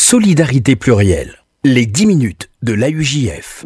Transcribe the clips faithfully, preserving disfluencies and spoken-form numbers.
Solidarité plurielle, les dix minutes de l'A U J F.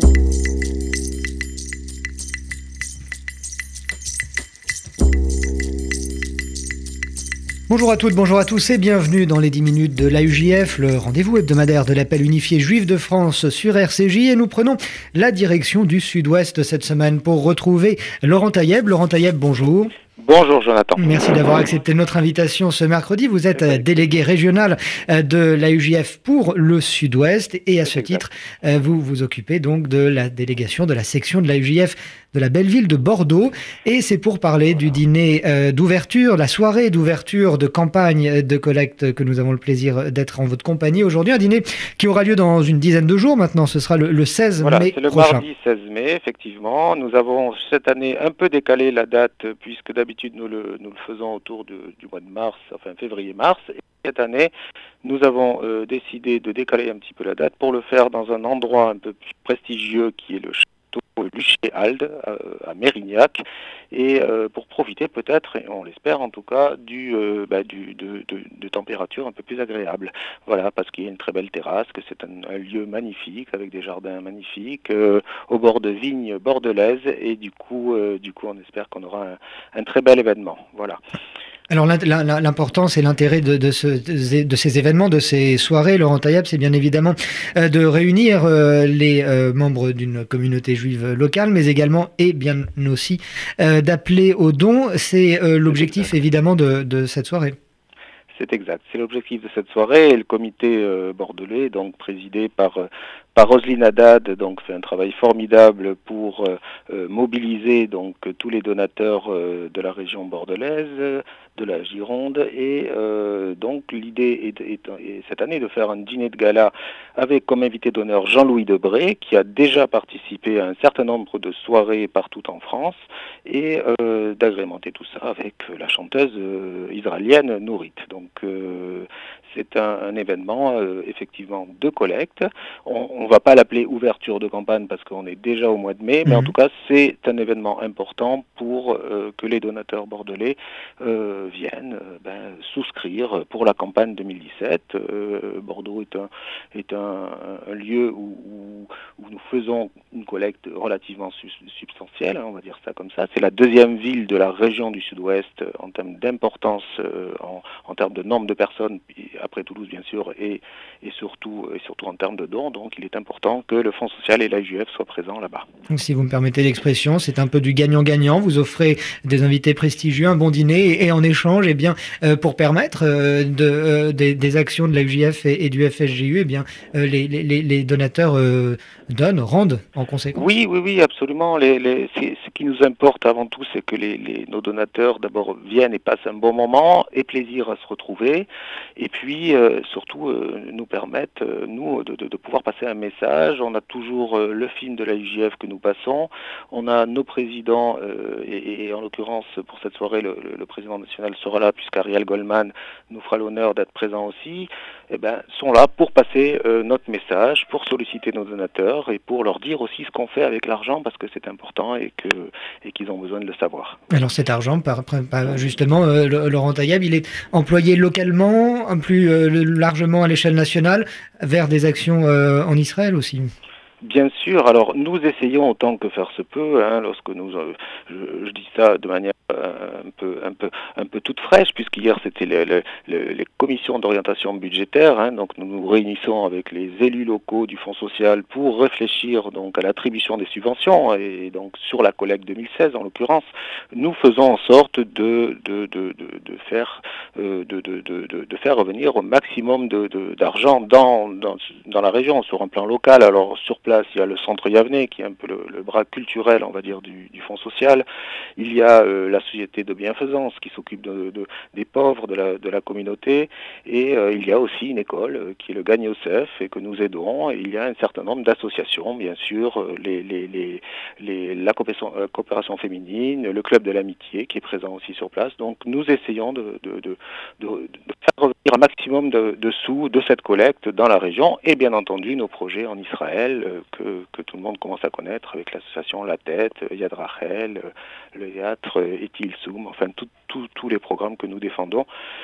Bonjour à toutes, bonjour à tous et bienvenue dans les dix minutes de l'A U J F, le rendez-vous hebdomadaire de l'appel unifié juif de France sur R C J, et nous prenons la direction du sud-ouest cette semaine pour retrouver Laurent Taïeb. Laurent Taïeb, bonjour. Bonjour Jonathan. Merci d'avoir accepté notre invitation ce mercredi. Vous êtes délégué régional de l'A U J F pour le Sud-Ouest et à ce titre, vous vous occupez donc de la délégation de la section de l'A U J F de la belle ville de Bordeaux. Et c'est pour parler du dîner d'ouverture, la soirée d'ouverture de campagne de collecte que nous avons le plaisir d'être en votre compagnie aujourd'hui. Un dîner qui aura lieu dans une dizaine de jours maintenant. Ce sera le, le seize voilà, mai c'est le prochain. mardi seize mai, effectivement. Nous avons cette année un peu décalé la date puisque d'habitude nous le, nous le faisons autour de, du mois de mars, enfin février-mars. Et cette année, nous avons euh, décidé de décaler un petit peu la date pour le faire dans un endroit un peu plus prestigieux qui est le château Luché-Halde euh, à Mérignac, et euh, pour profiter peut-être, et on l'espère en tout cas, du, euh, bah, du de, de, de température un peu plus agréable. Voilà, parce qu'il y a une très belle terrasse, que c'est un, un lieu magnifique avec des jardins magnifiques euh, au bord de vignes bordelaises, et du coup, euh, du coup, on espère qu'on aura un, un très bel événement. Voilà. Alors l'importance et l'intérêt de, de, ce, de ces événements, de ces soirées, Laurent Taïeb, c'est bien évidemment de réunir les membres d'une communauté juive locale, mais également et bien aussi d'appeler aux dons. C'est l'objectif évidemment de, de cette soirée. C'est exact, c'est l'objectif de cette soirée, et le comité euh, bordelais, donc présidé par euh, par Roselyne Haddad, donc fait un travail formidable pour euh, euh, mobiliser donc tous les donateurs euh, de la région bordelaise, de la Gironde, et euh, donc l'idée est, est, est cette année de faire un dîner de gala avec comme invité d'honneur Jean-Louis Debré, qui a déjà participé à un certain nombre de soirées partout en France, et euh, d'agrémenter tout ça avec la chanteuse euh, israélienne Nourit. Donc euh, c'est un, un événement euh, effectivement de collecte. On ne va pas l'appeler ouverture de campagne parce qu'on est déjà au mois de mai, mais mmh. en tout cas c'est un événement important pour euh, que les donateurs bordelais euh, viennent euh, ben, souscrire pour la campagne deux mille dix-sept. Euh, Bordeaux est un, est un, un lieu où, où, où nous faisons une collecte relativement su- substantielle, hein, on va dire ça comme ça. C'est la deuxième ville de la région du Sud-Ouest euh, en termes d'importance, euh, en, en termes de nombre de personnes, après Toulouse bien sûr, et, et, surtout, et surtout en termes de dons. Donc il est important que le Fonds social et l'A U J F soient présents là-bas. Donc, si vous me permettez l'expression, c'est un peu du gagnant-gagnant. Vous offrez des invités prestigieux, un bon dîner, et, et en échange, eh bien, euh, pour permettre euh, de, euh, des, des actions de l'A U J F et, et du F S J U, eh bien, euh, les, les, les donateurs euh, donnent, rendent en conséquence. Oui, oui, oui, absolument. Les, les, ce qui nous importe avant tout, c'est que les, les, nos donateurs d'abord viennent et passent un bon moment, aient plaisir à se retrouver, et puis euh, surtout euh, nous permettent, euh, nous, de, de, de pouvoir passer un message. On a toujours euh, le film de l'A U J F que nous passons, on a nos présidents, euh, et, et en l'occurrence pour cette soirée, le, le, le président national sera là, puisqu'Ariel Goldman nous fera l'honneur d'être présent aussi, eh ben, sont là pour passer euh, notre message, pour solliciter nos donateurs et pour leur dire aussi ce qu'on fait avec l'argent, parce que c'est important et que et qu'ils ont besoin de le savoir. Alors cet argent, par, par, justement, euh, Laurent Taïeb, il est employé localement, plus euh, largement à l'échelle nationale, vers des actions euh, en Israël aussi. Bien sûr, alors nous essayons autant que faire se peut, hein, lorsque nous, euh, je, je dis ça de manière euh, un peu, un peu, un peu toute fraîche, puisqu'hier c'était les, les, les commissions d'orientation budgétaire, hein, donc nous nous réunissons avec les élus locaux du Fonds social pour réfléchir donc à l'attribution des subventions, et donc sur la collecte deux mille seize en l'occurrence, nous faisons en sorte de, de, de, de, de faire, euh, de, de, de, de faire revenir au maximum de, de, d'argent dans, dans, dans la région, sur un plan local. Alors sur place, il y a le centre Yavne, qui est un peu le, le bras culturel, on va dire, du, du Fonds social. Il y a euh, la société de bienfaisance qui s'occupe de, de, des pauvres de la, de la communauté. Et euh, il y a aussi une école euh, qui est le Gagne Yosef et que nous aidons. Et il y a un certain nombre d'associations, bien sûr, euh, les, les, les, les, la coopération, euh, coopération féminine, le club de l'amitié qui est présent aussi sur place. Donc nous essayons de, de, de, de, de faire revenir un maximum de, de sous de cette collecte dans la région, et bien entendu nos projets en Israël, euh, Que, que tout le monde commence à connaître avec l'association La Tête, Yad Rachel, le théâtre Etil Soum, enfin tous les programmes que nous défendons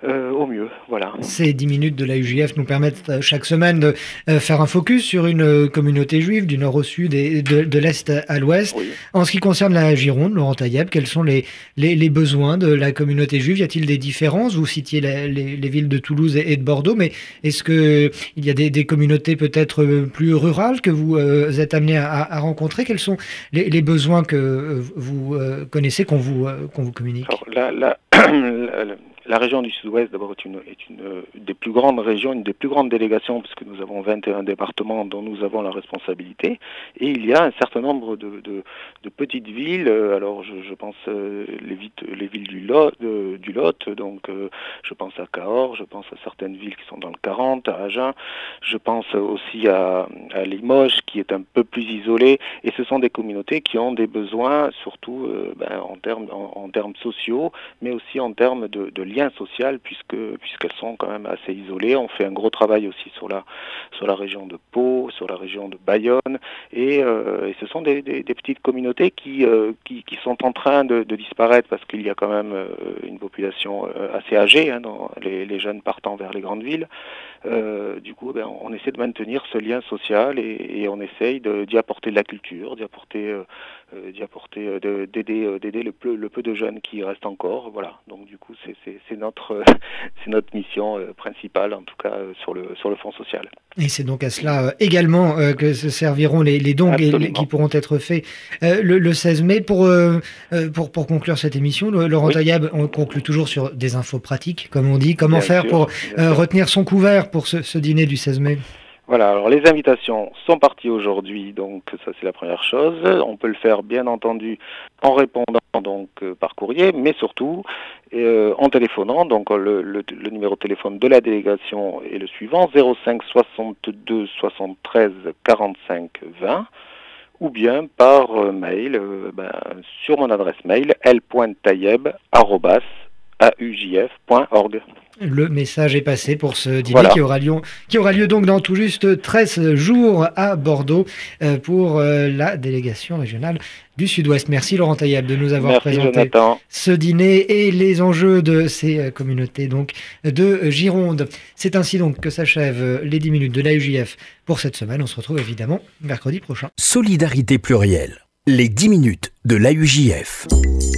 euh, au mieux. Voilà. Ces dix minutes de l'A U J F nous permettent euh, chaque semaine de euh, faire un focus sur une euh, communauté juive du nord au sud et de, de l'est à l'ouest. Oui. En ce qui concerne la Gironde, Laurent Tailleb, quels sont les, les, les besoins de la communauté juive? Y a-t-il des différences? Vous citiez la, les, les villes de Toulouse et, et de Bordeaux, mais est-ce qu'il y a des, des communautés peut-être plus rurales que vous euh, êtes amenés à, à rencontrer? Quels sont les, les besoins que euh, vous euh, connaissez, qu'on vous, euh, qu'on vous communique? Alors, la, la, la, la région du Sud-Ouest, d'abord, est, une, est une, une des plus grandes régions, une des plus grandes délégations, puisque nous avons vingt et un départements dont nous avons la responsabilité. Et il y a un certain nombre de, de, de petites villes. Alors, je, je pense euh, les, vite, les villes du Lot, de, du Lot, donc euh, je pense à Cahors, je pense à certaines villes qui sont dans le quarante, à Agen. Je pense aussi à, à Limoges, qui est un peu plus isolée. Et ce sont des communautés qui ont des besoins, surtout euh, ben, en termes en, en termes sociaux, mais aussi en termes de, de lien social, puisque puisqu'elles sont quand même assez isolées. On fait un gros travail aussi sur la sur la région de Pau, sur la région de Bayonne, et, euh, et ce sont des, des, des petites communautés qui, euh, qui qui sont en train de, de disparaître, parce qu'il y a quand même euh, une population euh, assez âgée, hein, dans les, les jeunes partant vers les grandes villes. Euh, du coup, ben, on essaie de maintenir ce lien social et, et on essaye de, d'y apporter de la culture, d'y apporter, euh, d'y apporter, euh, de, d'aider, euh, d'aider le peu, le peu de jeunes qui restent encore. Voilà. Donc du coup, c'est, c'est, c'est notre, euh, c'est notre mission euh, principale, en tout cas euh, sur le sur le Fonds social. Et c'est donc à cela euh, également euh, que se serviront les, les dons et, qui pourront être faits euh, le, le seize mai. Pour, euh, pour, pour conclure cette émission, Laurent oui. Tailleb, on conclut toujours sur des infos pratiques, comme on dit. Comment bien faire sûr, pour euh, retenir son couvert pour ce, ce dîner du seize mai? Voilà, alors les invitations sont parties aujourd'hui, donc ça c'est la première chose. On peut le faire bien entendu en répondant donc euh, par courrier, mais surtout euh, en téléphonant. Donc le, le, le numéro de téléphone de la délégation est le suivant, zéro cinq soixante-deux soixante-treize quarante-cinq vingt, ou bien par euh, mail euh, ben, sur mon adresse mail l point tailleb arobase a u j f point org. Le message est passé pour ce dîner voilà. qui aura lieu, qui aura lieu donc dans tout juste treize jours à Bordeaux euh, pour euh, la délégation régionale du Sud-Ouest. Merci Laurent Tailleb de nous avoir Merci, présenté Jonathan. ce dîner et les enjeux de ces euh, communautés donc de Gironde. C'est ainsi donc que s'achèvent les dix minutes de l'A U J F pour cette semaine. On se retrouve évidemment mercredi prochain. Solidarité plurielle. Les dix minutes de l'A U J F.